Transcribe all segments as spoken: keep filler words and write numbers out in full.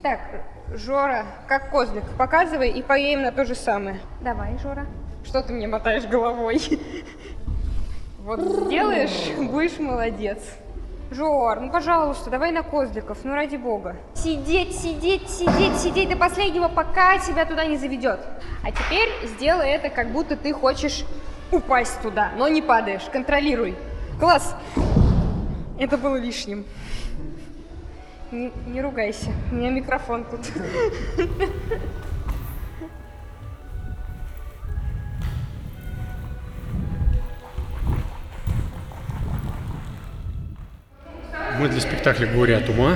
Так, Жора, как козлик, показывай и поедем на то же самое. Давай, Жора. Что ты мне мотаешь головой? Вот сделаешь, будешь молодец. Жор, ну пожалуйста, давай на козликов, ну ради бога. Сидеть, сидеть, сидеть, сидеть до последнего, пока тебя туда не заведет. А теперь сделай это, как будто ты хочешь упасть туда, но не падаешь. Контролируй. Класс. Это было лишним. Не, не ругайся, у меня микрофон тут. Мы для спектакля «Горе от ума»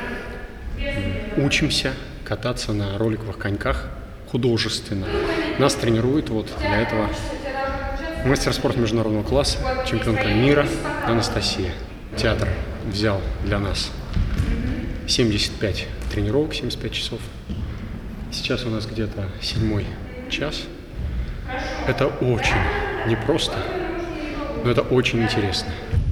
учимся кататься на роликовых коньках художественно. Нас тренирует вот для этого мастер спорта международного класса, чемпионка мира Анастасия. Театр взял для нас семьдесят пять тренировок, семьдесят пять часов. Сейчас у нас где-то седьмой час. Это очень непросто, но это очень интересно.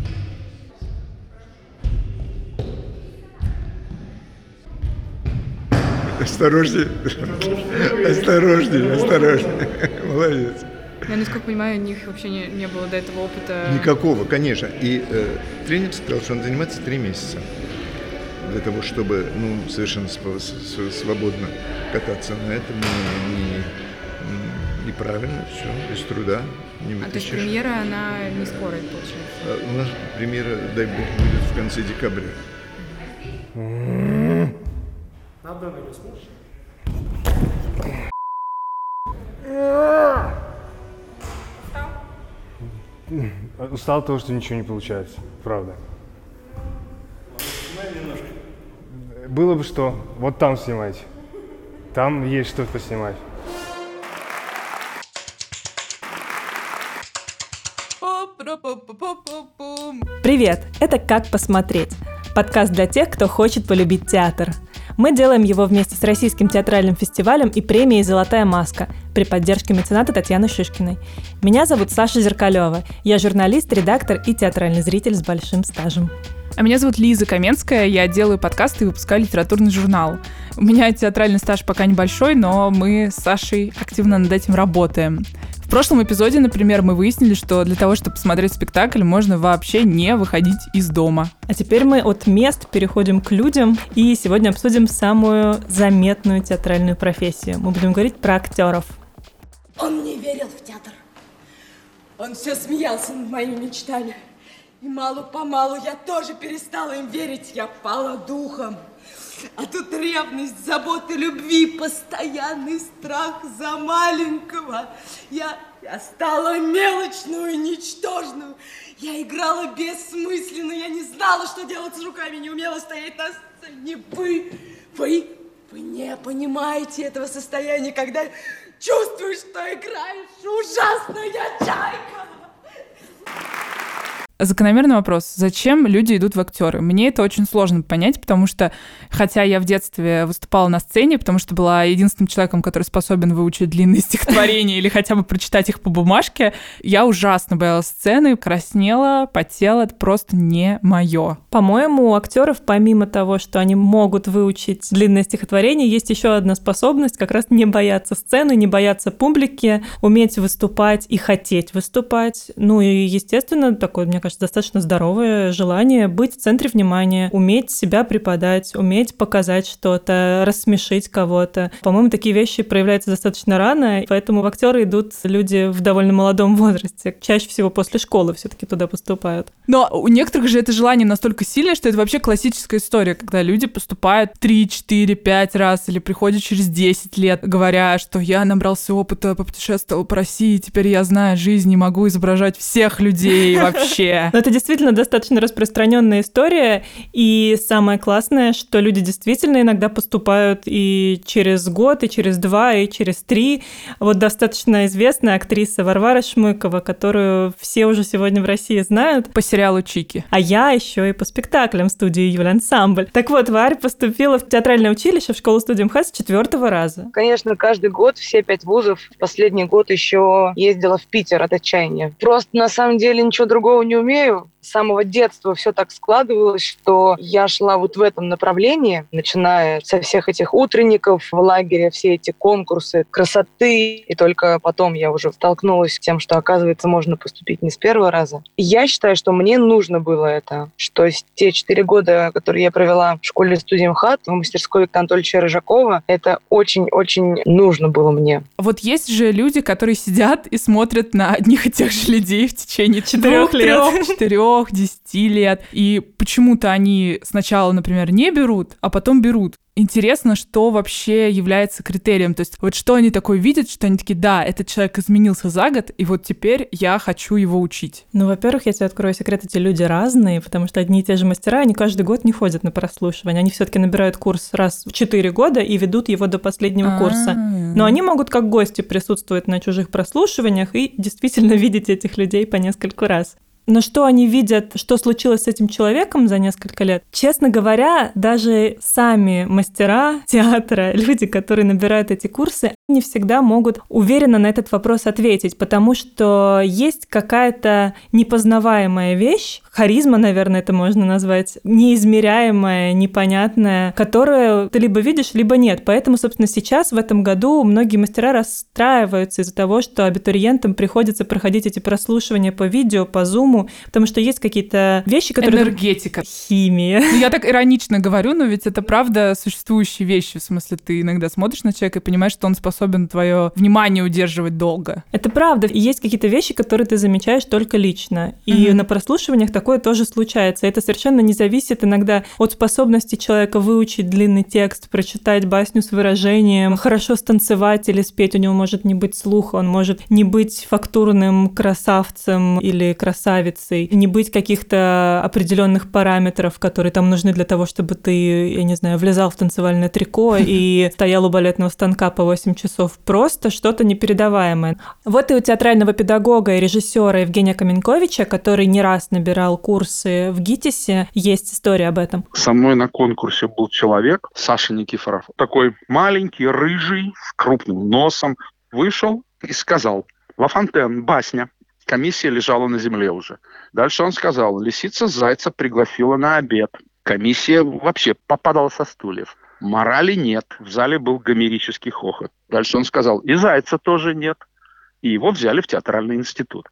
Осторожнее, осторожнее, осторожнее. Молодец. Я, насколько понимаю, у них вообще не, не было до этого опыта. Никакого, конечно. И э, тренер сказал, что он занимается три месяца для того, чтобы ну, совершенно свободно кататься. Но это не, не, неправильно, все, без труда. Не а то есть премьера, она не скоро, получается? А у нас премьера, дай бог, будет в конце декабря. Надо на него смотреть. Устал от того, что ничего не получается, правда. Снимай немножко. Было бы что, вот там снимайте. Там есть что поснимать. Привет! Это «Как посмотреть» – подкаст для тех, кто хочет полюбить театр. Мы делаем его вместе с Российским театральным фестивалем и премией «Золотая маска» при поддержке мецената Татьяны Шишкиной. Меня зовут Саша Зеркалева. Я журналист, редактор и театральный зритель с большим стажем. А меня зовут Лиза Каменская, я делаю подкасты и выпускаю литературный журнал. У меня театральный стаж пока небольшой, но мы с Сашей активно над этим работаем. В прошлом эпизоде, например, мы выяснили, что для того, чтобы посмотреть спектакль, можно вообще не выходить из дома. А теперь мы от мест переходим к людям, и сегодня обсудим самую заметную театральную профессию. Мы будем говорить про актеров. Он не верил в театр. Он все смеялся над моими мечтами. И мало-помалу я тоже перестала им верить. Я пала духом. А тут ревность, забота, любви, постоянный страх за маленького. Я, я стала мелочную, ничтожную. Я играла бессмысленно. Я не знала, что делать с руками, не умела стоять на сцене. Вы, вы, вы не понимаете этого состояния, когда чувствуешь, что играешь ужасная чайка. Закономерный вопрос. Зачем люди идут в актеры? Мне это очень сложно понять, потому что, хотя я в детстве выступала на сцене, потому что была единственным человеком, который способен выучить длинные стихотворения или хотя бы прочитать их по бумажке, я ужасно боялась сцены, краснела, потела. Это просто не мое. По-моему, у актеров, помимо того, что они могут выучить длинное стихотворение, есть еще одна способность как раз не бояться сцены, не бояться публики, уметь выступать и хотеть выступать. Ну и, естественно, такое, мне кажется, достаточно здоровое желание быть в центре внимания, уметь себя преподать, уметь показать что-то, рассмешить кого-то. По-моему, такие вещи проявляются достаточно рано, поэтому в актеры идут люди в довольно молодом возрасте. Чаще всего после школы все-таки туда поступают. Но у некоторых же это желание настолько сильное, что это вообще классическая история, когда люди поступают три, четыре, пять раз или приходят через десять лет, говоря, что я набрался опыта, попутешествовал по России, теперь я знаю жизнь и могу изображать всех людей вообще. Но это действительно достаточно распространенная история, и самое классное, что люди действительно иногда поступают и через год, и через два, и через три. Вот достаточно известная актриса Варвара Шмыкова, которую все уже сегодня в России знают. По сериалу «Чики». А я еще и по спектаклям студии «Юль-ансамбль». Так вот, Варя поступила в театральное училище, в школу-студию МХАТ с четвертого раза. Конечно, каждый год, все пять вузов. Последний год еще ездила в Питер от отчаяния. Просто, на самом деле, ничего другого не умела. разумею. С самого детства все так складывалось, что я шла вот в этом направлении, начиная со всех этих утренников в лагере, все эти конкурсы красоты. И только потом я уже столкнулась с тем, что, оказывается, можно поступить не с первого раза. И я считаю, что мне нужно было это, что те четыре года, которые я провела в школе-студии МХАТ, в мастерской Виктора Анатольевича Рыжакова, это очень-очень нужно было мне. Вот есть же люди, которые сидят и смотрят на одних и тех же людей в течение четырех лет, четырех, десяти лет, и почему-то они сначала, например, не берут, а потом берут. Интересно, что вообще является критерием. То есть вот что они такое видят, что они такие, да, этот человек изменился за год, и вот теперь я хочу его учить. Ну, во-первых, я тебе открою секрет, эти люди разные, потому что одни и те же мастера, они каждый год не ходят на прослушивание. Они все-таки набирают курс раз в четыре года и ведут его до последнего курса. Но они могут как гости присутствовать на чужих прослушиваниях и действительно видеть этих людей по нескольку раз. Но что они видят, что случилось с этим человеком за несколько лет? Честно говоря, даже сами мастера театра, люди, которые набирают эти курсы, не всегда могут уверенно на этот вопрос ответить, потому что есть какая-то непознаваемая вещь, харизма, наверное, это можно назвать, неизмеряемая, непонятная, которую ты либо видишь, либо нет. Поэтому, собственно, сейчас, в этом году, многие мастера расстраиваются из-за того, что абитуриентам приходится проходить эти прослушивания по видео, по Zoom, потому что есть какие-то вещи, которые... Энергетика. Химия. Ну, я так иронично говорю, но ведь это правда существующие вещи. В смысле, ты иногда смотришь на человека и понимаешь, что он способен твое внимание удерживать долго. Это правда. И есть какие-то вещи, которые ты замечаешь только лично. И mm-hmm. на прослушиваниях такое тоже случается. Это совершенно не зависит иногда от способности человека выучить длинный текст, прочитать басню с выражением, хорошо станцевать или спеть. У него может не быть слуха, он может не быть фактурным красавцем или красавицей, не быть каких-то определенных параметров, которые там нужны для того, чтобы ты, я не знаю, влезал в танцевальное трико и стоял у балетного станка по восемь часов. Просто что-то непередаваемое. Вот и у театрального педагога и режиссера Евгения Каменковича, который не раз набирал курсы в ГИТИСе, есть история об этом. Со мной на конкурсе был человек, Саша Никифоров, такой маленький, рыжий, с крупным носом, вышел и сказал: «Ла Фонтен, басня». Комиссия лежала на земле уже. Дальше он сказал: лисица зайца пригласила на обед. Комиссия вообще попадала со стульев. Морали нет. В зале был гомерический хохот. Дальше он сказал: и зайца тоже нет. И его взяли в театральный институт.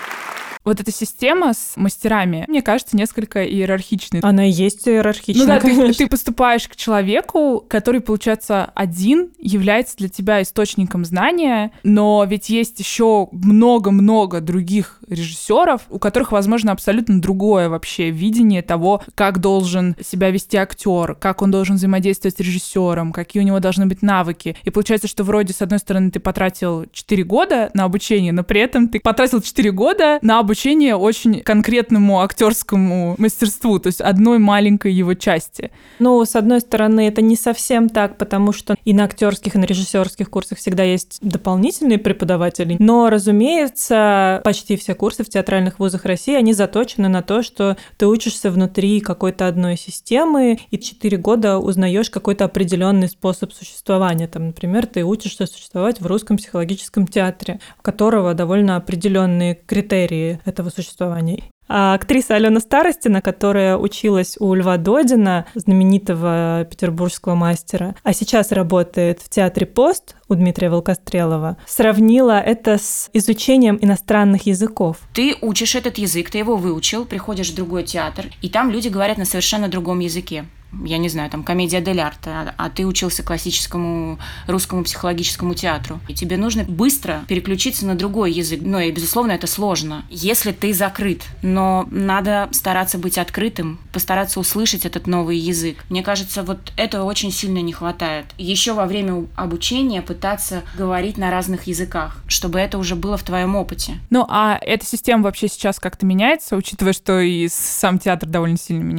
Вот эта система с мастерами, мне кажется, несколько иерархичной. Она и есть иерархичная, Ну да, ты, ты поступаешь к человеку, который, получается, один является для тебя источником знания, но ведь есть еще много-много других режиссеров, у которых, возможно, абсолютно другое вообще видение того, как должен себя вести актер, как он должен взаимодействовать с режиссером, какие у него должны быть навыки. И получается, что вроде, с одной стороны, ты потратил четыре года на обучение, но при этом ты потратил четыре года на обучение обучение очень конкретному актерскому мастерству, то есть одной маленькой его части. Ну, с одной стороны, это не совсем так, потому что и на актерских, и на режиссерских курсах всегда есть дополнительные преподаватели. Но, разумеется, почти все курсы в театральных вузах России, они заточены на то, что ты учишься внутри какой-то одной системы, и четыре года узнаешь какой-то определенный способ существования. Там, например, ты учишься существовать в Русском психологическом театре, у которого довольно определенные критерии этого существования. А актриса Алена Старостина, которая училась у Льва Додина, знаменитого петербургского мастера, а сейчас работает в театре «Пост» у Дмитрия Волкострелова, сравнила это с изучением иностранных языков. Ты учишь этот язык, ты его выучил, приходишь в другой театр, и там люди говорят на совершенно другом языке. Я не знаю, там, комедия дель арте, а, а ты учился классическому русскому психологическому театру. И тебе нужно быстро переключиться на другой язык. Ну и, безусловно, это сложно, если ты закрыт. Но надо стараться быть открытым, постараться услышать этот новый язык. Мне кажется, вот этого очень сильно не хватает. Еще во время обучения пытаться говорить на разных языках, чтобы это уже было в твоем опыте. Ну, а эта система вообще сейчас как-то меняется, учитывая, что и сам театр довольно сильно меняется?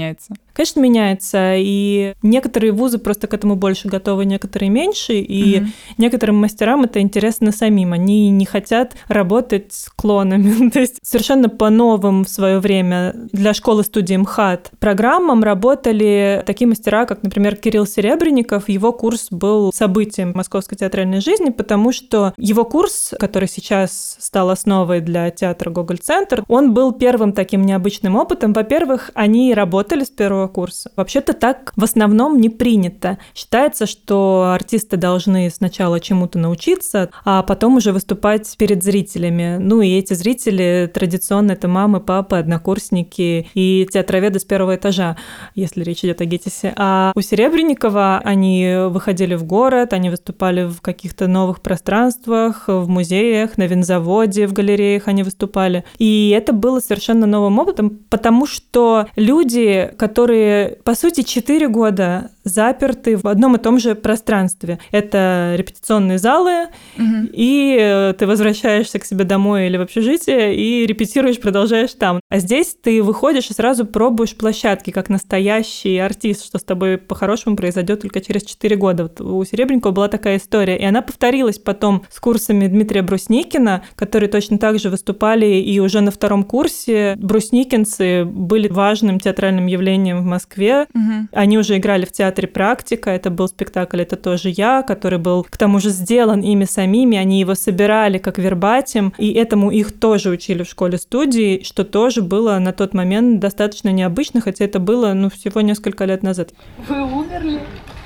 Конечно, меняется, и некоторые вузы просто к этому больше готовы, некоторые меньше, и mm-hmm. некоторым мастерам это интересно самим, они не хотят работать с клонами. То есть совершенно по новым в свое время для школы-студии МХАТ программам работали такие мастера, как, например, Кирилл Серебренников. Его курс был событием московской театральной жизни, потому что его курс, который сейчас стал основой для театра Гоголь-центр, он был первым таким необычным опытом. Во-первых, они работали с первого курса. Вообще-то так в основном не принято. Считается, что артисты должны сначала чему-то научиться, а потом уже выступать перед зрителями. Ну и эти зрители традиционно это мамы, папы, однокурсники и театроведы с первого этажа, если речь идет о ГИТИСе. А у Серебренникова они выходили в город, они выступали в каких-то новых пространствах, в музеях, на винзаводе, в галереях они выступали. И это было совершенно новым опытом, потому что люди, которые по сути, четыре года заперты в одном и том же пространстве. Это репетиционные залы, угу. и ты возвращаешься к себе домой или в общежитие и репетируешь, продолжаешь там. А здесь ты выходишь и сразу пробуешь площадки, как настоящий артист, что с тобой по-хорошему произойдет только через четыре года. Вот у Серебренникова была такая история, и она повторилась потом с курсами Дмитрия Брусникина, которые точно так же выступали, и уже на втором курсе брусникинцы были важным театральным явлением в Москве. Угу. Они уже играли в театре «Практика». Это был спектакль «Это тоже я», который был, к тому же, сделан ими самими. Они его собирали как вербатим, и этому их тоже учили в школе-студии, что тоже было на тот момент достаточно необычно, хотя это было, ну, всего несколько лет назад. Вы умерли?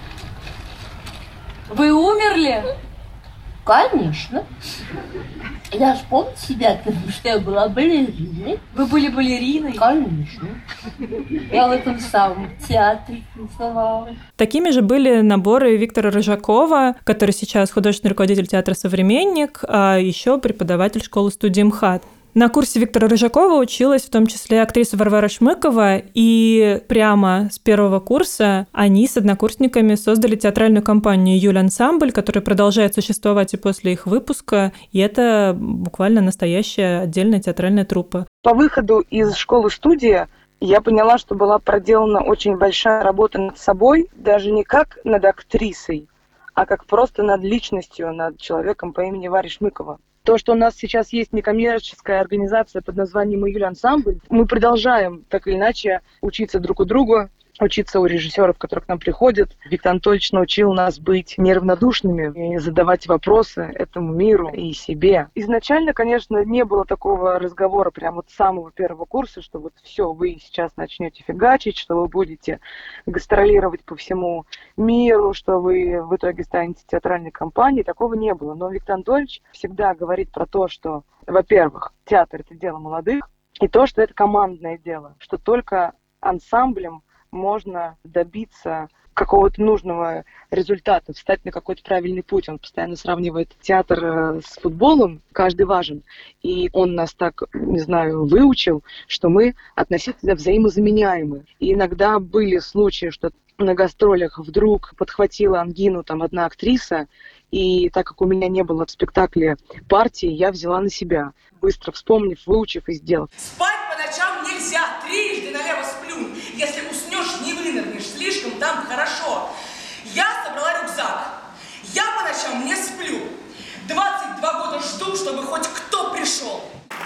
Вы умерли? Конечно. Я же помню себя, потому что я была балериной. Вы были балериной? Конечно. Я в этом самом театре танцевала. Такими же были наборы Виктора Рыжакова, который сейчас художественный руководитель театра «Современник», а еще преподаватель школы-студии МХАТ. На курсе Виктора Рыжакова училась в том числе актриса Варвара Шмыкова, и прямо с первого курса они с однокурсниками создали театральную компанию «Юль-ансамбль», которая продолжает существовать и после их выпуска, и это буквально настоящая отдельная театральная труппа. По выходу из школы-студии я поняла, что была проделана очень большая работа над собой, даже не как над актрисой, а как просто над личностью, над человеком по имени Варя Шмыкова. То, что у нас сейчас есть некоммерческая организация под названием «Юль-ансамбль», мы продолжаем так или иначе учиться друг у друга, учиться у режиссеров, которые к нам приходят. Виктор Анатольевич научил нас быть неравнодушными и задавать вопросы этому миру и себе. Изначально, конечно, не было такого разговора прямо вот с самого первого курса, что вот все, вы сейчас начнете фигачить, что вы будете гастролировать по всему миру, что вы в итоге станете театральной компанией. Такого не было. Но Виктор Анатольевич всегда говорит про то, что, во-первых, театр — это дело молодых, и то, что это командное дело, что только ансамблем можно добиться какого-то нужного результата, встать на какой-то правильный путь. Он постоянно сравнивает театр с футболом, каждый важен. И он нас так, не знаю, выучил, что мы относительно взаимозаменяемы. И иногда были случаи, что на гастролях вдруг подхватила ангину там одна актриса, и так как у меня не было в спектакле партии, я взяла на себя, быстро вспомнив, выучив и сделав. Спать по ночам нельзя, трижды налево сплю. Если уснешь, не вынырнешь, слишком там хорошо. Я собрала рюкзак. Я по ночам не сплю. двадцать два года жду, чтобы хоть кто пришел.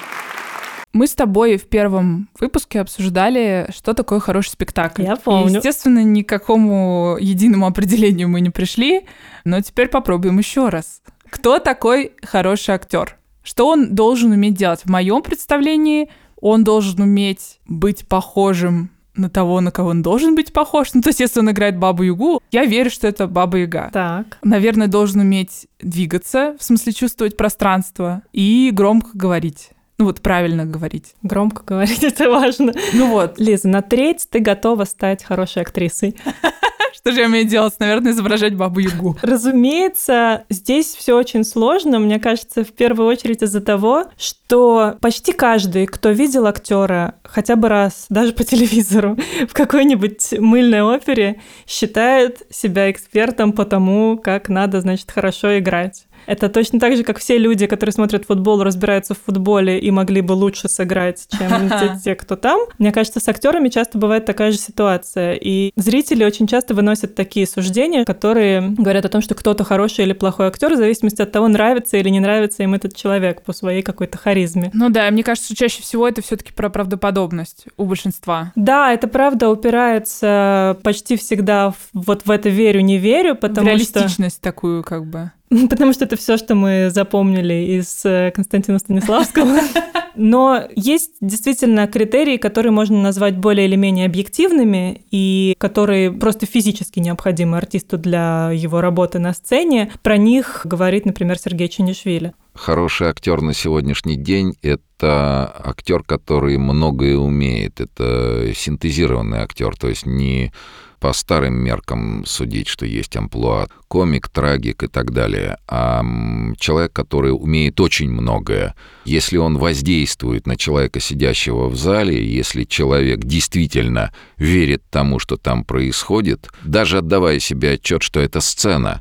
Мы с тобой в первом выпуске обсуждали, что такое хороший спектакль. Я помню. И, естественно, ни к какому единому определению мы не пришли, но теперь попробуем еще раз. Кто такой хороший актер? Что он должен уметь делать? В моем представлении он должен уметь быть похожим на того, на кого он должен быть похож. Ну, то есть, если он играет Бабу-Ягу, я верю, что это Баба-Яга. Так. Наверное, должен уметь двигаться, в смысле чувствовать пространство и громко говорить. Ну вот правильно говорить. Громко говорить, это важно. Ну вот. Лиза, на треть ты готова стать хорошей актрисой. Что же я умею делать? Наверное, изображать Бабу-Ягу. Разумеется, здесь все очень сложно, мне кажется, в первую очередь из-за того, что почти каждый, кто видел актера хотя бы раз, даже по телевизору, в какой-нибудь мыльной опере, считает себя экспертом по тому, как надо, значит, хорошо играть. Это точно так же, как все люди, которые смотрят футбол, разбираются в футболе и могли бы лучше сыграть, чем те, те, кто там. Мне кажется, с актерами часто бывает такая же ситуация. И зрители очень часто выносят такие суждения, которые говорят о том, что кто-то хороший или плохой актер, в зависимости от того, нравится или не нравится им этот человек по своей какой-то харизме. Ну да, мне кажется, что чаще всего это все-таки про правдоподобность у большинства. Да, это правда упирается почти всегда в, вот в это верю, не верю, потому в реалистичность что... такую как бы. Потому что это все, что мы запомнили из Константина Станиславского. Но есть действительно критерии, которые можно назвать более или менее объективными и которые просто физически необходимы артисту для его работы на сцене. Про них говорит, например, Сергей Чанишвили. Хороший актер на сегодняшний день — это актер, который многое умеет. Это синтезированный актер, то есть не по старым меркам судить, что есть амплуа комик, трагик и так далее, а человек, который умеет очень многое. Если он воздействует на человека, сидящего в зале, если человек действительно верит тому, что там происходит, даже отдавая себе отчет, что это сцена,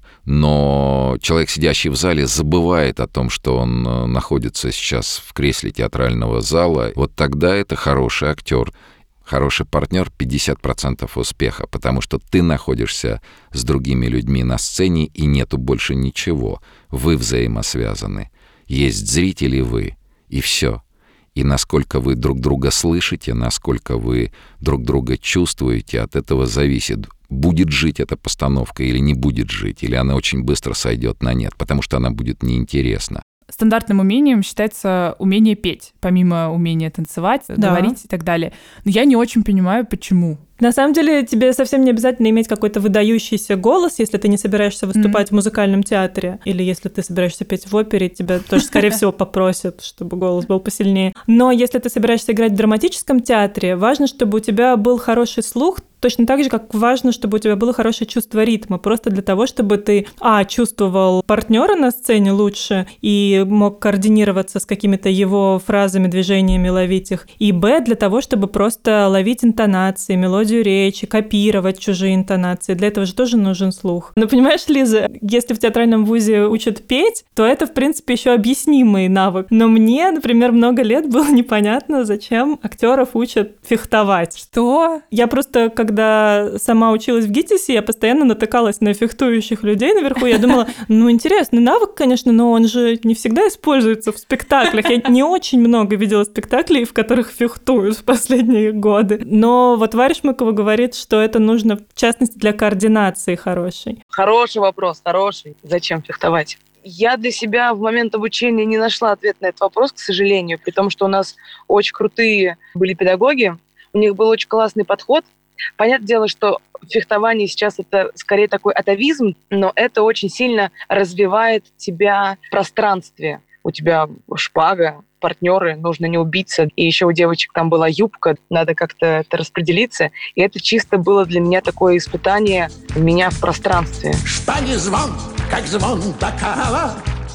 но человек, сидящий в зале, забывает о том, что он находится сейчас в кресле театрального зала, вот тогда это хороший актер. Хороший партнер — пятьдесят процентов успеха, потому что ты находишься с другими людьми на сцене, и нету больше ничего. Вы взаимосвязаны. Есть зрители вы, и все. И насколько вы друг друга слышите, насколько вы друг друга чувствуете, от этого зависит, будет жить эта постановка или не будет жить, или она очень быстро сойдет на нет, потому что она будет неинтересна. Стандартным умением считается умение петь, помимо умения танцевать, да. говорить и так далее. Но я не очень понимаю, почему. На самом деле, тебе совсем не обязательно иметь какой-то выдающийся голос, если ты не собираешься выступать mm-hmm. в музыкальном театре, или если ты собираешься петь в опере, тебя тоже, скорее всего, попросят, чтобы голос был посильнее. Но если ты собираешься играть в драматическом театре, важно, чтобы у тебя был хороший слух, точно так же, как важно, чтобы у тебя было хорошее чувство ритма, просто для того, чтобы ты, а, чувствовал партнера на сцене лучше и мог координироваться с какими-то его фразами, движениями, ловить их, и, б, для того, чтобы просто ловить интонации, мелодию речи, копировать чужие интонации. Для этого же тоже нужен слух. Но понимаешь, Лиза, если в театральном вузе учат петь, то это, в принципе, еще объяснимый навык. Но мне, например, много лет было непонятно, зачем актеров учат фехтовать. Что? Я просто, когда сама училась в ГИТИСе, я постоянно натыкалась на фехтующих людей наверху. Я думала, ну, интересный навык, конечно, но он же не всегда используется в спектаклях. Я не очень много видела спектаклей, в которых фехтуют в последние годы. Но вот Варя Шмыкова говорит, что это нужно, в частности, для координации хорошей. Хороший вопрос, хороший. Зачем фехтовать? Я для себя в момент обучения не нашла ответ на этот вопрос, к сожалению, при том, что у нас очень крутые были педагоги, у них был очень классный подход. Понятное дело, что фехтование сейчас это скорее такой атовизм, но это очень сильно развивает тебя в пространстве. У тебя шпага, партнеры, нужно не убиться. И еще у девочек там была юбка, надо как-то это распределиться. И это чисто было для меня такое испытание меня в пространстве. Шпаги звон, как звон бокала,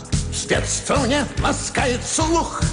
с детства мне ласкает слух.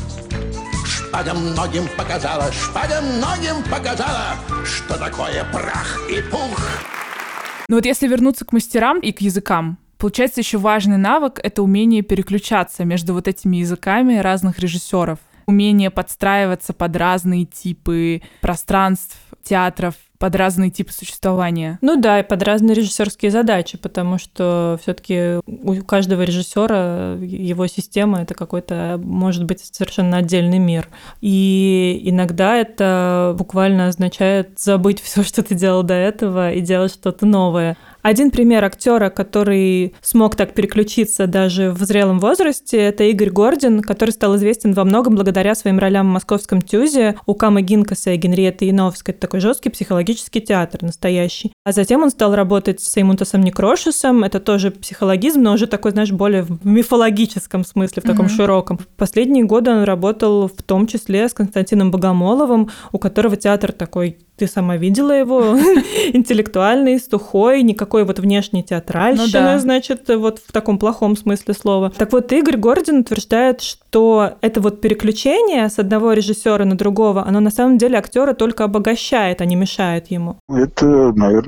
Шпага многим показала, шпага многим показала, что такое прах и пух. Ну вот если вернуться к мастерам и к языкам, получается, еще важный навык — это умение переключаться между вот этими языками разных режиссеров. Умение подстраиваться под разные типы пространств, театров, под разные типы существования. Ну да, и под разные режиссерские задачи, потому что все-таки у каждого режиссера его система — это какой-то, может быть, совершенно отдельный мир. И иногда это буквально означает забыть все, что ты делал до этого, и делать что-то новое. Один пример актера, который смог так переключиться даже в зрелом возрасте, это Игорь Гордин, который стал известен во многом благодаря своим ролям в «Московском тюзе» у Камы Гинкаса и Генриетты Яновской. Это такой жесткий психологический театр настоящий. А затем он стал работать с Эймунтасом Некрошисом. Это тоже психологизм, но уже такой, знаешь, более в мифологическом смысле, в таком mm-hmm. широком. В последние годы он работал в том числе с Константином Богомоловым, у которого театр такой... Ты сама видела его, интеллектуальный, сухой, никакой вот внешней театральщины, ну, да. значит, вот в таком плохом смысле слова. Так вот, Игорь Гордин утверждает, что это вот переключение с одного режиссера на другого, оно на самом деле актера только обогащает, а не мешает ему. Это, наверное,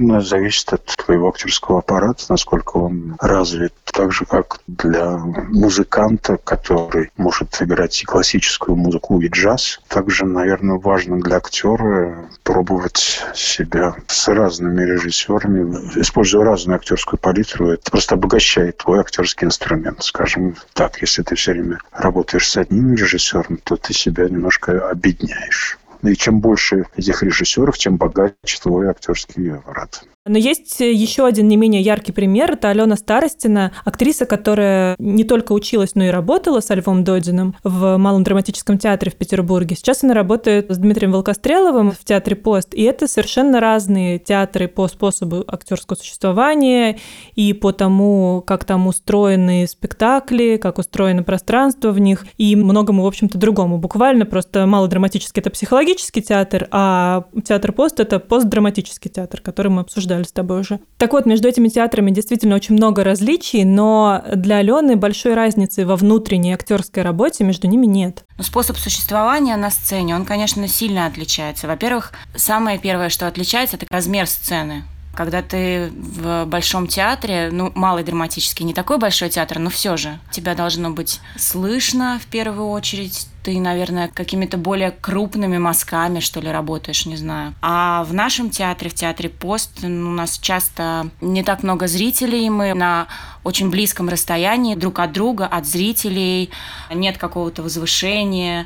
наверное, зависит от твоего актерского аппарата, насколько он развит. Так же, как для музыканта, который может играть и классическую музыку, и джаз. Также, наверное, важно для актера пробовать себя с разными режиссерами, используя разную актерскую палитру. Это просто обогащает твой актерский инструмент. Скажем так, если ты все время работаешь с одним режиссером, то ты себя немножко обедняешь. И чем больше этих режиссеров, тем богаче твой актерский аппарат. Но есть еще один не менее яркий пример. Это Алена Старостина, актриса, которая не только училась, но и работала со Львом Додиным в Малом драматическом театре в Петербурге. Сейчас она работает с Дмитрием Волкостреловым в театре «Пост». И это совершенно разные театры по способу актерского существования и по тому, как там устроены спектакли, как устроено пространство в них и многому, в общем-то, другому. Буквально просто малодраматический – это психологический театр, а театр «Пост» – это постдраматический театр, который мы обсуждали с тобой уже. Так вот, между этими театрами действительно очень много различий, но для Алены большой разницы во внутренней актерской работе между ними нет. Но способ существования на сцене, он, конечно, сильно отличается. Во-первых, самое первое, что отличается, это размер сцены. Когда ты в большом театре, ну, малый драматический, не такой большой театр, но все же, тебя должно быть слышно в первую очередь. Ты, наверное, какими-то более крупными мазками, что ли, работаешь, не знаю. А в нашем театре, в театре «Пост», у нас часто не так много зрителей, мы на очень близком расстоянии друг от друга, от зрителей, нет какого-то возвышения.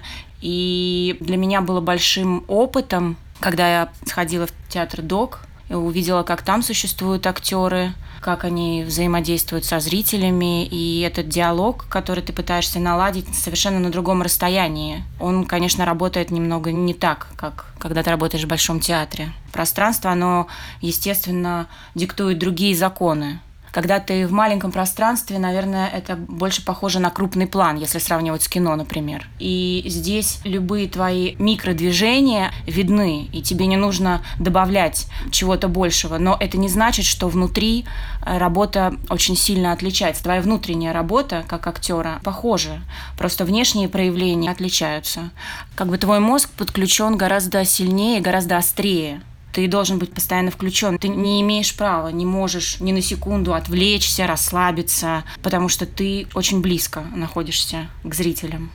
И для меня было большим опытом, когда я сходила в театр «Док», увидела, как там существуют актеры, как они взаимодействуют со зрителями, и этот диалог, который ты пытаешься наладить, совершенно на другом расстоянии. Он, конечно, работает немного не так, как когда ты работаешь в большом театре. Пространство, оно, естественно, диктует другие законы. Когда ты в маленьком пространстве, наверное, это больше похоже на крупный план, если сравнивать с кино, например. И здесь любые твои микродвижения видны, и тебе не нужно добавлять чего-то большего. Но это не значит, что внутри работа очень сильно отличается. Твоя внутренняя работа, как актера, похожа. Просто внешние проявления отличаются. Как бы твой мозг подключен гораздо сильнее, гораздо острее. Ты должен быть постоянно включен. Ты не имеешь права, не можешь ни на секунду отвлечься, расслабиться, потому что ты очень близко находишься к зрителям.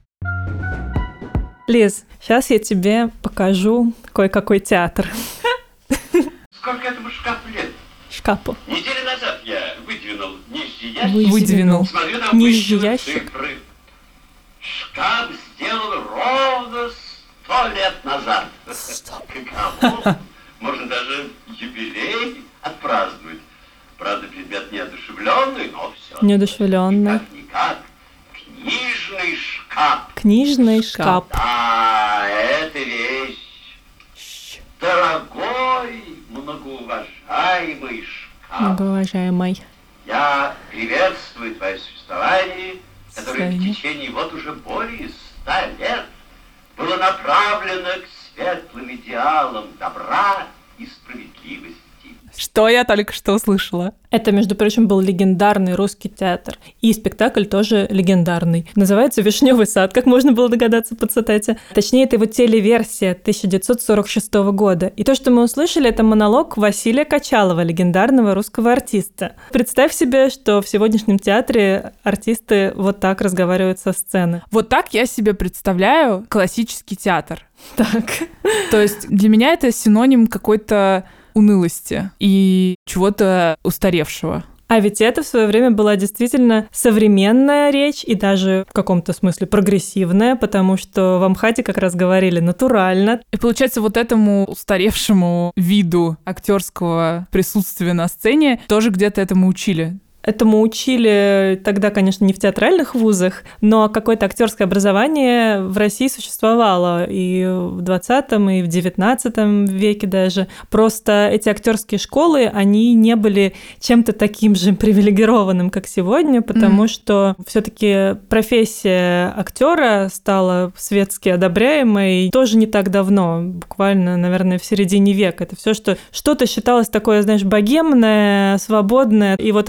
Лиз, сейчас я тебе покажу кое-какой театр. Сколько этому шкафу лет? Шкафу. Неделю назад я выдвинул нижний ящик. Выдвинул. Смотрю, там нижний ящик. Цифры. Шкаф сделан ровно сто лет назад. Каково? Можно даже юбилей отпраздновать. Правда, предмет неодушевленный, но все. Неодушевленный. Никак-никак. Книжный шкаф. Книжный шкаф. Да, это вещь. Дорогой, многоуважаемый шкаф. Многоуважаемый. Я приветствую твое существование, которое в течение вот уже более ста лет было направлено к светлым идеалам добра и справедливости. Что я только что услышала? Это, между прочим, был легендарный русский театр. И спектакль тоже легендарный. Называется «Вишневый сад», как можно было догадаться по цитате. Точнее, это его телеверсия тысяча девятьсот сорок шестого года. И то, что мы услышали, это монолог Василия Качалова, легендарного русского артиста. Представь себе, что в сегодняшнем театре артисты вот так разговаривают со сцены. Вот так я себе представляю классический театр. Так. То есть для меня это синоним какой-то унылости и чего-то устаревшего. А ведь это в свое время была действительно современная речь и даже в каком-то смысле прогрессивная, потому что в Амхате как раз говорили натурально. И получается, вот этому устаревшему виду актерского присутствия на сцене тоже где-то этому учили. Этому учили тогда, конечно, не в театральных вузах, но какое-то актерское образование в России существовало и в двадцатом, и в девятнадцатом веке даже. Просто эти актерские школы, они не были чем-то таким же привилегированным, как сегодня, потому mm-hmm. что все-таки профессия актера стала светски одобряемой тоже не так давно, буквально, наверное, в середине века. Это все, что что-то считалось такое, знаешь, богемное, свободное, и вот от безысходности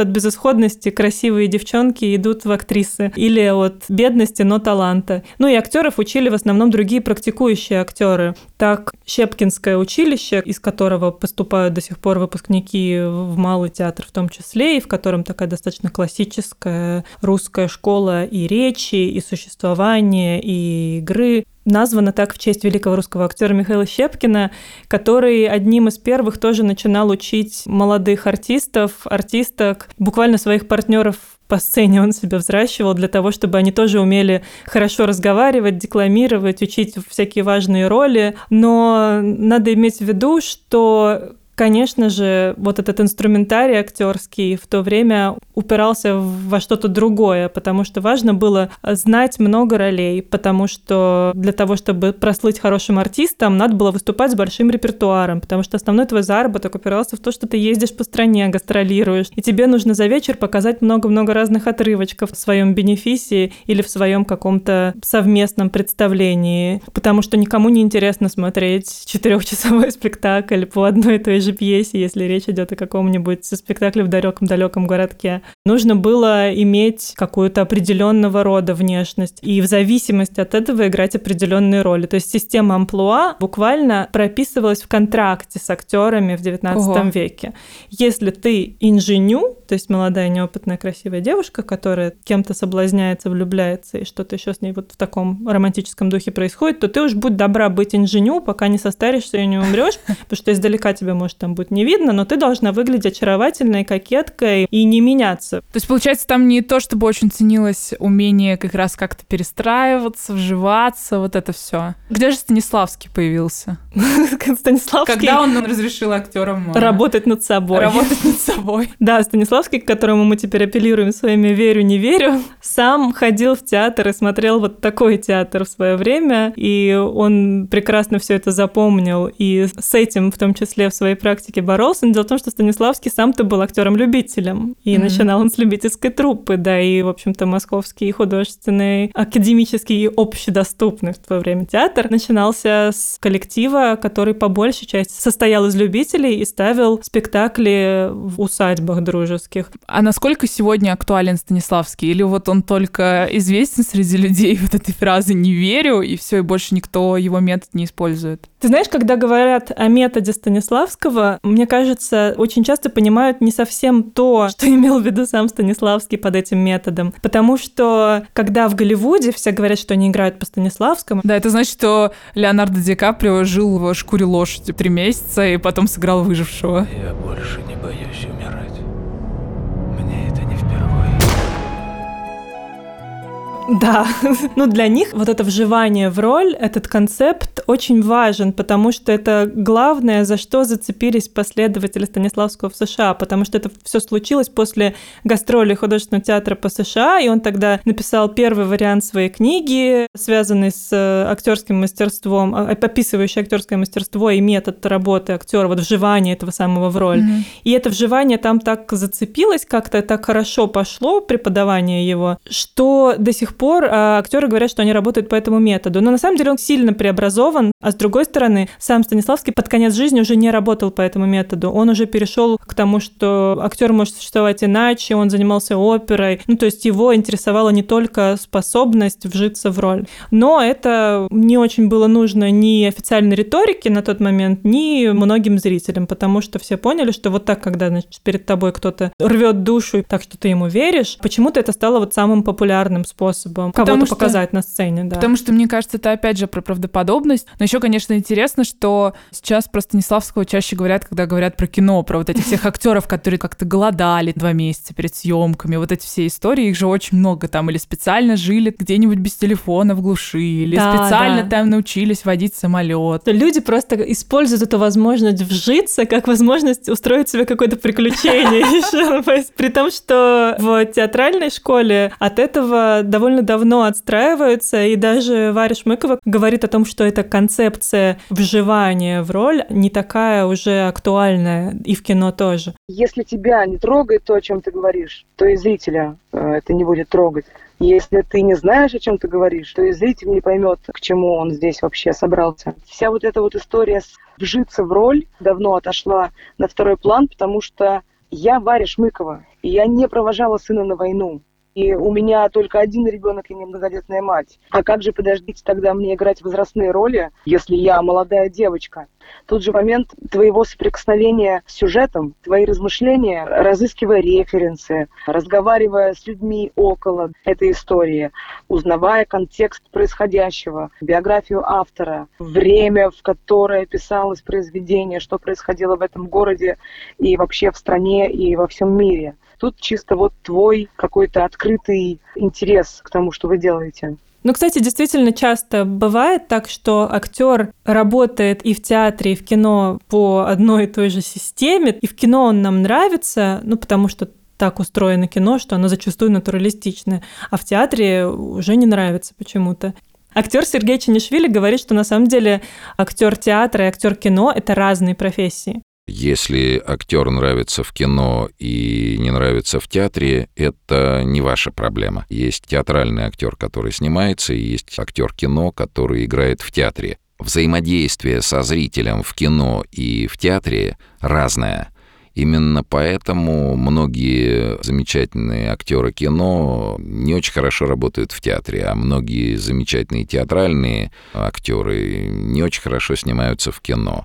безысходности красивые девчонки идут в актрисы, или от бедности, но таланта. Ну и актеров учили в основном другие практикующие актеры. Так, Щепкинское училище, из которого поступают до сих пор выпускники в Малый театр в том числе, и в котором такая достаточно классическая русская школа и речи, и существования, и игры, названа так в честь великого русского актера Михаила Щепкина, который одним из первых тоже начинал учить молодых артистов, артисток, буквально своих партнеров по сцене он себя взращивал для того, чтобы они тоже умели хорошо разговаривать, декламировать, учить всякие важные роли. Но надо иметь в виду, что, конечно же, вот этот инструментарий актерский в то время упирался во что-то другое, потому что важно было знать много ролей, потому что для того, чтобы прослыть хорошим артистом, надо было выступать с большим репертуаром, потому что основной твой заработок упирался в то, что ты ездишь по стране, гастролируешь, и тебе нужно за вечер показать много-много разных отрывочков в своем бенефисе или в своем каком-то совместном представлении, потому что никому не интересно смотреть четырехчасовой спектакль по одной и той же пьесе, если речь идет о каком-нибудь спектакле в далеком-далеком городке. Нужно было иметь какую-то определенного рода внешность и в зависимости от этого играть определенные роли. То есть система амплуа буквально прописывалась в контракте с актерами в девятнадцатом веке. Если ты инженю, то есть молодая, неопытная, красивая девушка, которая кем-то соблазняется, влюбляется, и что-то еще с ней вот в таком романтическом духе происходит, то ты уж будь добра быть инженю, пока не состаришься и не умрешь, потому что издалека тебя, может, там будет не видно, но ты должна выглядеть очаровательной, кокеткой и не меняться. То есть, получается, там не то, чтобы очень ценилось умение как раз как-то перестраиваться, вживаться, вот это все. Где же Станиславский появился? Станиславский... Когда он разрешил актерам работать над собой. Работать над собой. Да, Станиславский, к которому мы теперь апеллируем своими «верю, не верю», сам ходил в театр и смотрел вот такой театр в свое время, и он прекрасно все это запомнил, и с этим в том числе в своей практике боролся. Но дело в том, что Станиславский сам-то был актером-любителем, и mm-hmm. начинал он с любительской труппы, да, и, в общем-то, московский художественный, академический и общедоступный в то время театр начинался с коллектива, который по большей части состоял из любителей и ставил спектакли в усадьбах дружеских. А насколько сегодня актуален Станиславский? Или вот он только известен среди людей вот этой фразы «не верю», и все, и больше никто его метод не использует? Ты знаешь, когда говорят о методе Станиславского, мне кажется, очень часто понимают не совсем то, что имел в виду сам Станиславский под этим методом. Потому что, когда в Голливуде все говорят, что они играют по Станиславскому... Да, это значит, что Леонардо Ди Каприо жил в шкуре лошади три месяца и потом сыграл выжившего. Я больше не боюсь умирать. Мне это не впервые. Да, ну для них вот это вживание в роль, этот концепт очень важен, потому что это главное, за что зацепились последователи Станиславского в США, потому что это все случилось после гастролей художественного театра по США, и он тогда написал первый вариант своей книги, связанный с актерским мастерством, описывающий актерское мастерство и метод работы актера, вот вживание этого самого в роль. Mm-hmm. И это вживание там так зацепилось, как-то так хорошо пошло, преподавание его, что до сих пор пор актеры говорят, что они работают по этому методу. Но на самом деле он сильно преобразован, а с другой стороны, сам Станиславский под конец жизни уже не работал по этому методу. Он уже перешел к тому, что актер может существовать иначе, он занимался оперой. Ну, то есть его интересовала не только способность вжиться в роль. Но это не очень было нужно ни официальной риторике на тот момент, ни многим зрителям, потому что все поняли, что вот так, когда, значит, перед тобой кто-то рвет душу, так что ты ему веришь, почему-то это стало вот самым популярным способом кого-то что, показать на сцене. Да. Потому что, мне кажется, это опять же про правдоподобность. Но еще, конечно, интересно, что сейчас про Станиславского чаще говорят, когда говорят про кино, про вот этих всех актеров, которые как-то голодали два месяца перед съемками. Вот эти все истории, их же очень много там. Или специально жили где-нибудь без телефона в глуши, или да, специально да. там научились водить самолет. Люди просто используют эту возможность вжиться как возможность устроить себе какое-то приключение еще. При том, что в театральной школе от этого довольно давно отстраиваются, и даже Варя Шмыкова говорит о том, что эта концепция вживания в роль не такая уже актуальная, и в кино тоже. Если тебя не трогает то, о чем ты говоришь, то и зрителя это не будет трогать. Если ты не знаешь, о чем ты говоришь, то и зритель не поймет, к чему он здесь вообще собрался. Вся вот эта вот история с вжиться в роль давно отошла на второй план, потому что Я Варя Шмыкова, и я не провожала сына на войну. И у меня только один ребенок и не многодетная мать. А как же, подождите, тогда мне играть возрастные роли, если я молодая девочка? Тут же момент твоего соприкосновения с сюжетом, твои размышления, разыскивая референсы, разговаривая с людьми около этой истории, узнавая контекст происходящего, биографию автора, время, в которое писалось произведение, что происходило в этом городе и вообще в стране и во всем мире. Тут чисто вот твой какой-то открытый интерес к тому, что вы делаете. Ну, кстати, действительно часто бывает так, что актер работает и в театре, и в кино по одной и той же системе, и в кино он нам нравится, ну, потому что так устроено кино, что оно зачастую натуралистичное, а в театре уже не нравится почему-то. Актер Сергей Чанишвили говорит, что на самом деле актер театра и актер кино – это разные профессии. Если актер нравится в кино и не нравится в театре, это не ваша проблема. Есть театральный актер, который снимается, и есть актер кино, который играет в театре. Взаимодействие со зрителем в кино и в театре разное. Именно поэтому многие замечательные актеры кино не очень хорошо работают в театре, а многие замечательные театральные актеры не очень хорошо снимаются в кино.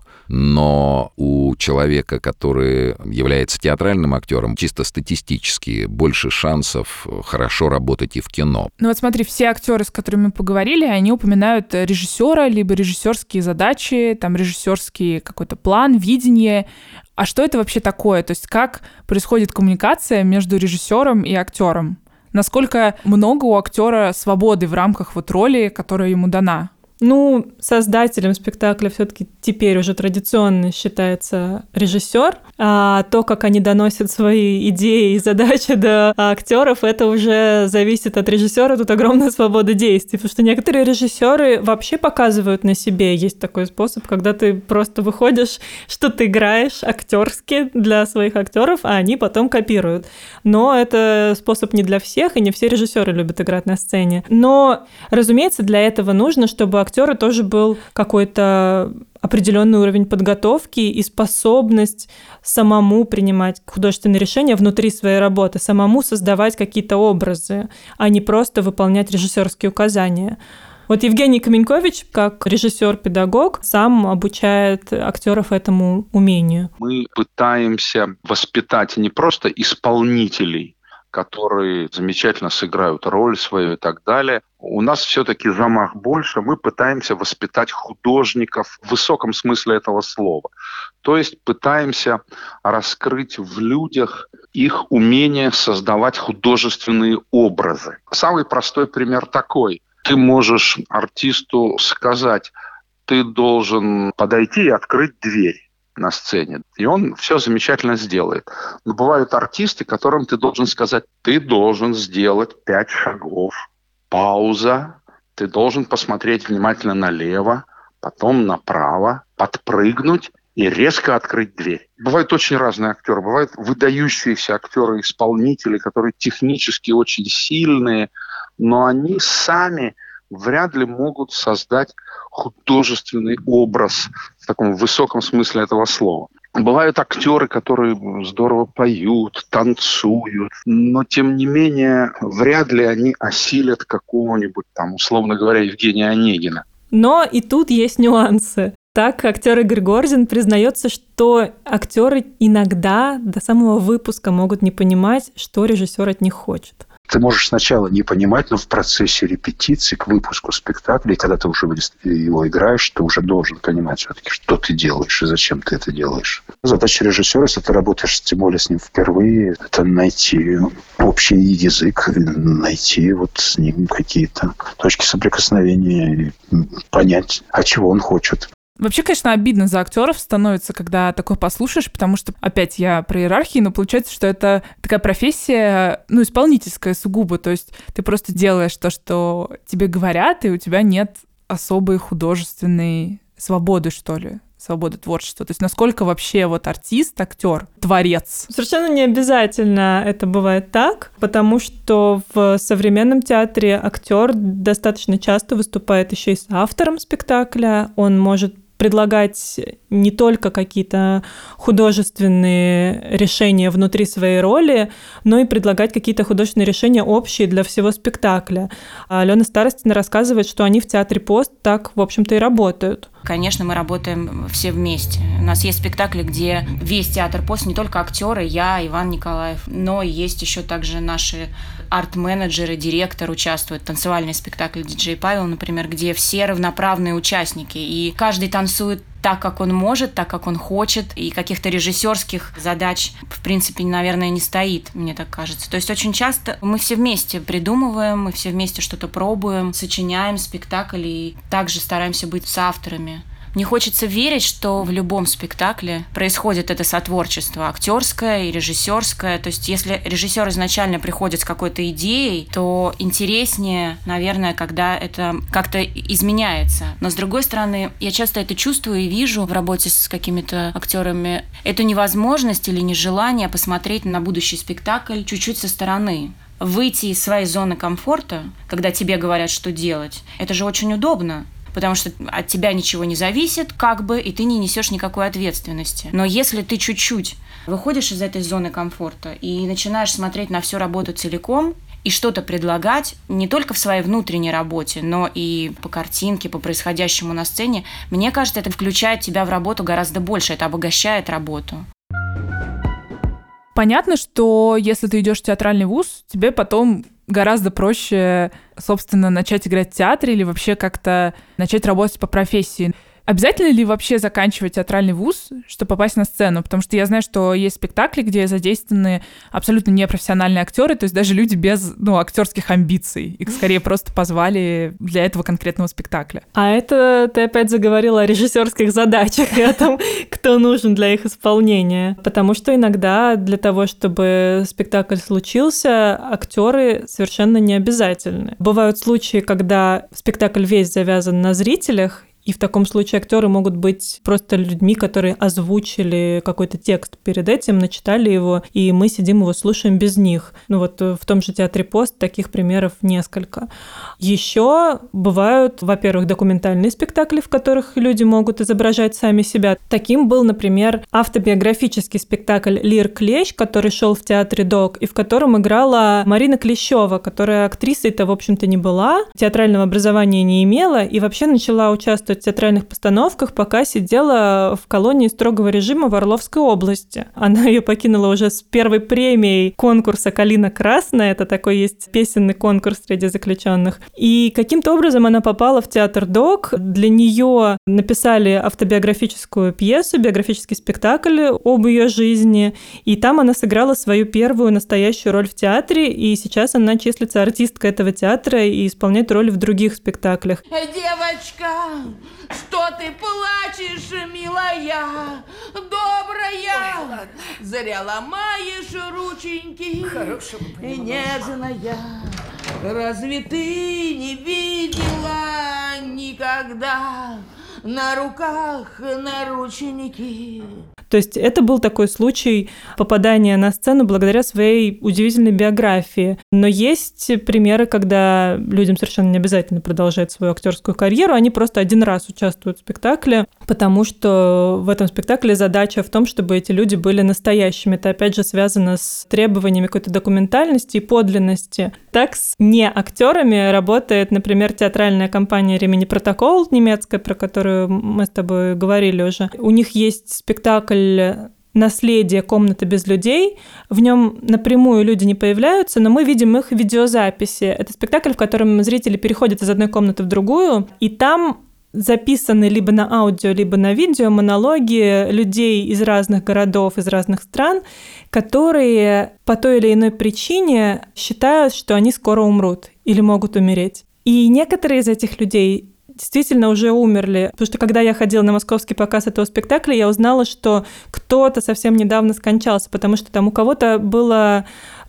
Но у человека, который является театральным актером, чисто статистически больше шансов хорошо работать и в кино. Ну вот смотри, все актеры, с которыми мы поговорили, они упоминают режиссера, либо режиссерские задачи, там режиссерский какой-то план, видение. А что это вообще такое? То есть как происходит коммуникация между режиссером и актером? Насколько много у актера свободы в рамках вот роли, которая ему дана? Ну, создателем спектакля все-таки теперь уже традиционно считается режиссер, а то, как они доносят свои идеи и задачи до актеров, это уже зависит от режиссера. Тут огромная свобода действий, потому что некоторые режиссеры вообще показывают на себе. Есть такой способ, когда ты просто выходишь, что ты играешь актерски для своих актеров, а они потом копируют. Но это способ не для всех, и не все режиссеры любят играть на сцене. Но, разумеется, для этого нужно, чтобы актер актера тоже был какой-то определенный уровень подготовки и способность самому принимать художественные решения внутри своей работы, самому создавать какие-то образы, а не просто выполнять режиссерские указания. Вот Евгений Каменькович, как режиссер-педагог, сам обучает актеров этому умению. Мы пытаемся воспитать не просто исполнителей, которые замечательно сыграют роль свою и так далее. У нас все-таки замах больше. Мы пытаемся воспитать художников в высоком смысле этого слова. То есть пытаемся раскрыть в людях их умение создавать художественные образы. Самый простой пример такой. Ты можешь артисту сказать, ты должен подойти и открыть дверь на сцене, и он все замечательно сделает. Но бывают артисты, которым ты должен сказать, ты должен сделать пять шагов, пауза, ты должен посмотреть внимательно налево, потом направо, подпрыгнуть и резко открыть дверь. Бывают очень разные актеры, бывают выдающиеся актеры-исполнители, которые технически очень сильные, но они сами вряд ли могут создать художественный образ в таком высоком смысле этого слова. Бывают актеры, которые здорово поют, танцуют, но, тем не менее, вряд ли они осилят какого-нибудь, там, условно говоря, Евгения Онегина. Но и тут есть нюансы. Так, актер Игорь Гордин признается, что актеры иногда до самого выпуска могут не понимать, что режиссер от них хочет. Ты можешь сначала не понимать, но в процессе репетиции к выпуску спектакля, когда ты уже его играешь, ты уже должен понимать все-таки, что ты делаешь и зачем ты это делаешь. Задача режиссера, если ты работаешь тем более с ним впервые, это найти общий язык, найти вот с ним какие-то точки соприкосновения и понять, а чего он хочет. Вообще, конечно, обидно за актеров становится, когда такое послушаешь, потому что, опять, я про иерархию, но получается, что это такая профессия, ну, исполнительская сугубо, то есть ты просто делаешь то, что тебе говорят, и у тебя нет особой художественной свободы, что ли, свободы творчества. То есть насколько вообще вот артист, актер, творец? Совершенно не обязательно это бывает так, потому что в современном театре актер достаточно часто выступает еще и с автором спектакля, он может предлагать не только какие-то художественные решения внутри своей роли, но и предлагать какие-то художественные решения общие для всего спектакля. А Алена Старостина рассказывает, что они в театре «Пост» так, в общем-то, и работают. Конечно, мы работаем все вместе. У нас есть спектакли, где весь театр «Пост», не только актеры, я, Иван Николаев, но есть еще также наши арт-менеджеры, директор участвует. Танцевальный спектакль «Диджей Павел», например, где все равноправные участники, и каждый танцует так, как он может, так, как он хочет, и каких-то режиссерских задач, в принципе, наверное, не стоит, мне так кажется. То есть очень часто мы все вместе придумываем, мы все вместе что-то пробуем, сочиняем спектакль и также стараемся быть соавторами. Мне хочется верить, что в любом спектакле происходит это сотворчество актерское и режиссерское. То есть если режиссер изначально приходит с какой-то идеей, то интереснее, наверное, когда это как-то изменяется. Но с другой стороны, я часто это чувствую и вижу в работе с какими-то актерами. Эту невозможность или нежелание посмотреть на будущий спектакль чуть-чуть со стороны. Выйти из своей зоны комфорта, когда тебе говорят, что делать, это же очень удобно. Потому что от тебя ничего не зависит, как бы, и ты не несешь никакой ответственности. Но если ты чуть-чуть выходишь из этой зоны комфорта и начинаешь смотреть на всю работу целиком и что-то предлагать не только в своей внутренней работе, но и по картинке, по происходящему на сцене, мне кажется, это включает тебя в работу гораздо больше, это обогащает работу. Понятно, что если ты идешь в театральный вуз, тебе потом гораздо проще, собственно, начать играть в театре или вообще как-то начать работать по профессии. Обязательно ли вообще заканчивать театральный вуз, чтобы попасть на сцену? Потому что я знаю, что есть спектакли, где задействованы абсолютно непрофессиональные актеры, то есть даже люди без, ну, актерских амбиций. Их скорее просто позвали для этого конкретного спектакля. А это ты опять заговорила о режиссерских задачах и о том, кто нужен для их исполнения. Потому что иногда для того, чтобы спектакль случился, актеры совершенно не обязательны. Бывают случаи, когда спектакль весь завязан на зрителях, и в таком случае актеры могут быть просто людьми, которые озвучили какой-то текст перед этим, начитали его, и мы сидим его слушаем без них. Ну вот в том же театре «Пост» таких примеров несколько. Еще бывают, во-первых, документальные спектакли, в которых люди могут изображать сами себя. Таким был, например, автобиографический спектакль «Лир Клещ», который шел в театре ДОК, и в котором играла Марина Клещева, которая актрисой-то, в общем-то, не была, театрального образования не имела, и вообще начала участвовать в театральных постановках, пока сидела в колонии строгого режима в Орловской области. Она ее покинула уже с первой премией конкурса «Калина красная». Это такой есть песенный конкурс среди заключенных. И каким-то образом она попала в театр ДОК. Для нее написали автобиографическую пьесу, биографический спектакль об ее жизни. И там она сыграла свою первую настоящую роль в театре. И сейчас она числится артисткой этого театра и исполняет роли в других спектаклях. Девочка, что ты плачешь, милая, добрая? Зря ломаешь рученьки, нежная. Разве ты не видела никогда на руках наручники? То есть это был такой случай попадания на сцену благодаря своей удивительной биографии. Но есть примеры, когда людям совершенно не обязательно продолжать свою актерскую карьеру, они просто один раз участвуют в спектакле, потому что в этом спектакле задача в том, чтобы эти люди были настоящими. Это опять же связано с требованиями какой-то документальности и подлинности. Так с не актерами работает, например, театральная компания «Римини Протокол» немецкая, про которую мы с тобой говорили уже. У них есть спектакль «Наследие. Комната без людей». В нем напрямую люди не появляются, но мы видим их видеозаписи. Это спектакль, в котором зрители переходят из одной комнаты в другую, и там записаны либо на аудио, либо на видео монологи людей из разных городов, из разных стран, которые по той или иной причине считают, что они скоро умрут или могут умереть. И некоторые из этих людей действительно уже умерли. Потому что когда я ходила на московский показ этого спектакля, я узнала, что кто-то совсем недавно скончался, потому что там у кого-то было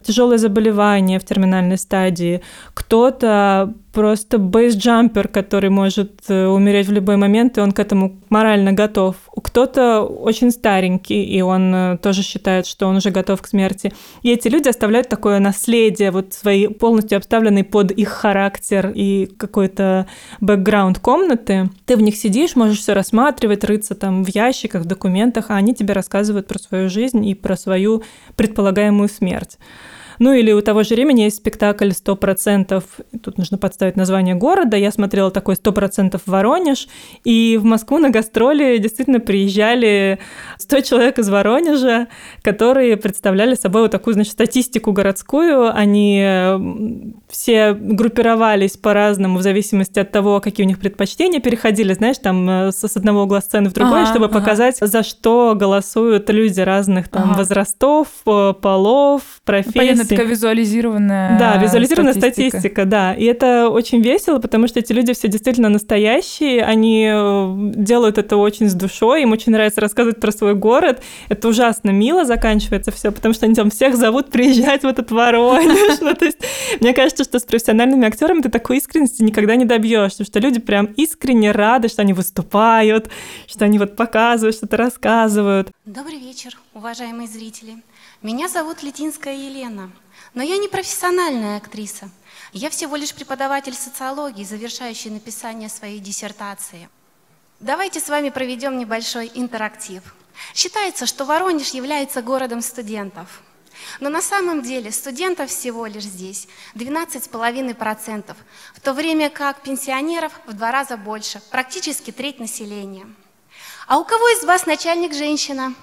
тяжелое заболевание в терминальной стадии, кто-то просто бейсджампер, который может умереть в любой момент, и он к этому морально готов. Кто-то очень старенький, и он тоже считает, что он уже готов к смерти. И эти люди оставляют такое наследие, вот свои полностью обставленные под их характер и какой-то бэкграунд комнаты. Ты в них сидишь, можешь все рассматривать, рыться там в ящиках, в документах, а они тебе рассказывают про свою жизнь и про свою предполагаемую смерть. Ну или у того же времени есть спектакль «сто процентов», тут нужно подставить название города, я смотрела такой «сто процентов Воронеж», и в Москву на гастроли действительно приезжали сто человек из Воронежа, которые представляли собой вот такую, значит, статистику городскую, они все группировались по-разному в зависимости от того, какие у них предпочтения, переходили, знаешь, там с одного угла сцены в другой, ага, чтобы ага. показать, за что голосуют люди разных там ага. возрастов, полов, профессий. Понятно, такая визуализированная Да, визуализированная статистика. статистика, да. И это очень весело, потому что эти люди все действительно настоящие, они делают это очень с душой, им очень нравится рассказывать про свой город. Это ужасно мило заканчивается все, потому что они там всех зовут приезжать в этот Воронеж. Ну, то есть, мне кажется, что с профессиональными актерами ты такой искренности никогда не добьешься, потому что люди прям искренне рады, что они выступают, что они вот показывают, что-то рассказывают. Добрый вечер, уважаемые зрители. Меня зовут Летинская Елена, но я не профессиональная актриса. Я всего лишь преподаватель социологии, завершающий написание своей диссертации. Давайте с вами проведем небольшой интерактив. Считается, что Воронеж является городом студентов. Но на самом деле студентов всего лишь здесь двенадцать целых пять десятых процента, в то время как пенсионеров в два раза больше, практически треть населения. А у кого из вас начальник женщина?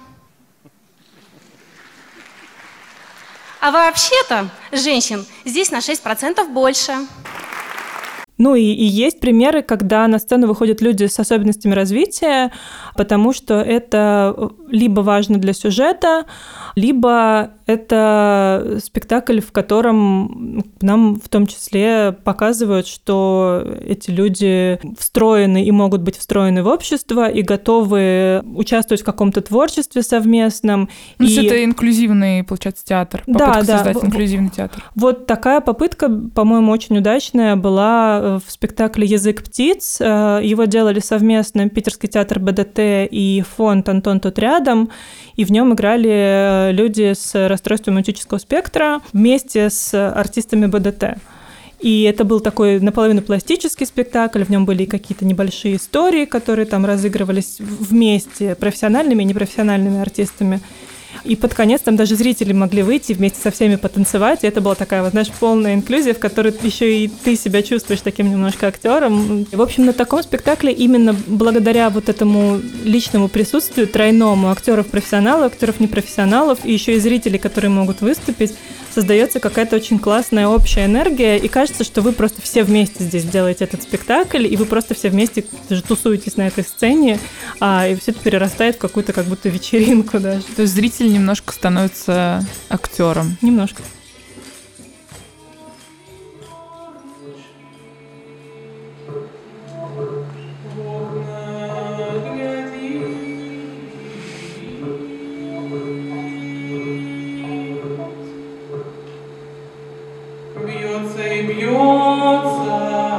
А вообще-то женщин здесь на шесть процентов больше. Ну и, и есть примеры, когда на сцену выходят люди с особенностями развития, потому что это либо важно для сюжета, либо это спектакль, в котором нам в том числе показывают, что эти люди встроены и могут быть встроены в общество и готовы участвовать в каком-то творчестве совместном. Ну, и... это инклюзивный, получается, театр, попытка да, да. создать инклюзивный театр. Вот такая попытка, по-моему, очень удачная была в спектакле «Язык птиц». Его делали совместно Питерский театр бэ дэ тэ и фонд «Антон тут рядом», и в нем играли люди с расстройством аутического спектра вместе с артистами бэ дэ тэ. И это был такой наполовину пластический спектакль, в нем были какие-то небольшие истории, которые там разыгрывались вместе профессиональными и непрофессиональными артистами. И под конец там даже зрители могли выйти вместе со всеми потанцевать, и это была такая, вот, знаешь, полная инклюзия, в которой еще и ты себя чувствуешь таким немножко актером. В общем, на таком спектакле именно благодаря вот этому личному присутствию тройному актеров-профессионалов, актеров-непрофессионалов и еще и зрителей, которые могут выступить, создается какая-то очень классная общая энергия, и кажется, что вы просто все вместе здесь делаете этот спектакль, и вы просто все вместе даже тусуетесь на этой сцене, а, и все это перерастает в какую-то как будто вечеринку даже. То есть зритель немножко становится актером. Немножко. Бьется и бьется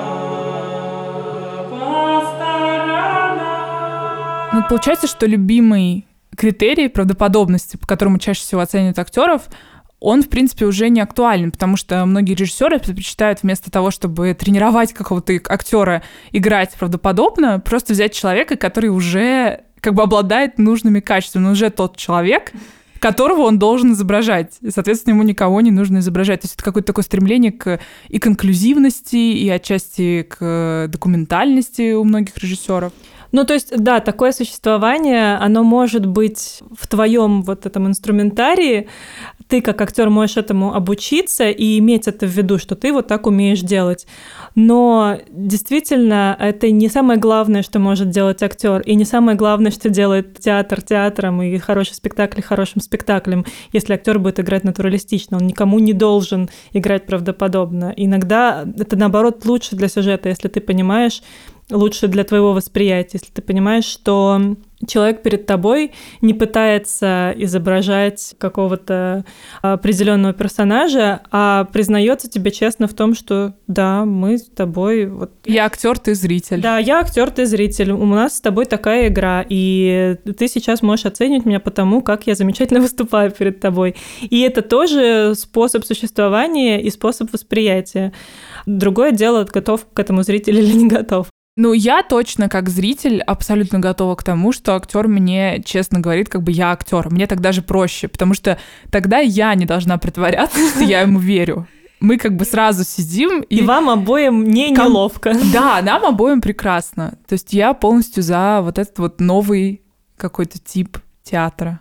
по сторонам. Ну, получается, что любимый критерий правдоподобности, по которому чаще всего оценивают актеров, он, в принципе, уже не актуален, потому что многие режиссеры предпочитают вместо того, чтобы тренировать какого-то актера играть правдоподобно, просто взять человека, который уже как бы обладает нужными качествами, он уже тот человек, которого он должен изображать. И, соответственно, ему никого не нужно изображать. То есть это какое-то такое стремление к, и к инклюзивности, и отчасти к документальности у многих режиссеров. Ну, то есть, да, такое существование, оно может быть в твоем вот этом инструментарии. Ты как актер можешь этому обучиться и иметь это в виду, что ты вот так умеешь делать. Но действительно, это не самое главное, что может делать актер, и не самое главное, что делает театр театром и хороший спектакль хорошим спектаклем, если актер будет играть натуралистично. Он никому не должен играть правдоподобно. Иногда это, наоборот, лучше для сюжета, если ты понимаешь, лучше для твоего восприятия, если ты понимаешь, что человек перед тобой не пытается изображать какого-то определенного персонажа, а признается тебе честно в том, что да, мы с тобой... Вот... Я актер, ты зритель. Да, я актер, ты зритель. У нас с тобой такая игра, и ты сейчас можешь оценивать меня по тому, как я замечательно выступаю перед тобой. И это тоже способ существования и способ восприятия. Другое дело, готов к этому зритель или не готов. Ну, я точно, как зритель, абсолютно готова к тому, что актер мне честно говорит, как бы я актер. Мне так даже проще, потому что тогда я не должна притворяться, что я ему верю. Мы как бы сразу сидим. И, и вам обоим не неловко. Да, нам обоим прекрасно. То есть я полностью за вот этот вот новый какой-то тип театра.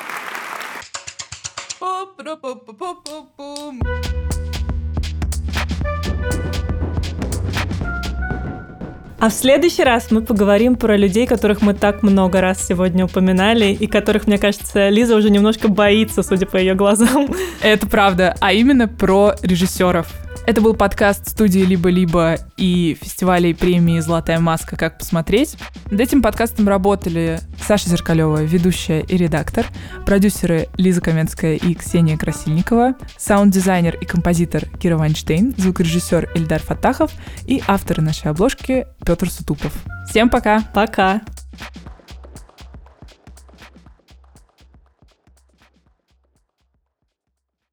А в следующий раз мы поговорим про людей, которых мы так много раз сегодня упоминали, и которых, мне кажется, Лиза уже немножко боится, судя по ее глазам. Это правда, а именно про режиссеров. Это был подкаст студии «Либо-либо» и фестиваля и премии «Золотая маска. Как посмотреть». Над этим подкастом работали Саша Зеркалева, ведущая и редактор, продюсеры Лиза Каменская и Ксения Красильникова, саунд-дизайнер и композитор Кира Вайнштейн, звукорежиссер Ильдар Фаттахов и авторы нашей обложки Петр Сутупов. Всем пока! Пока!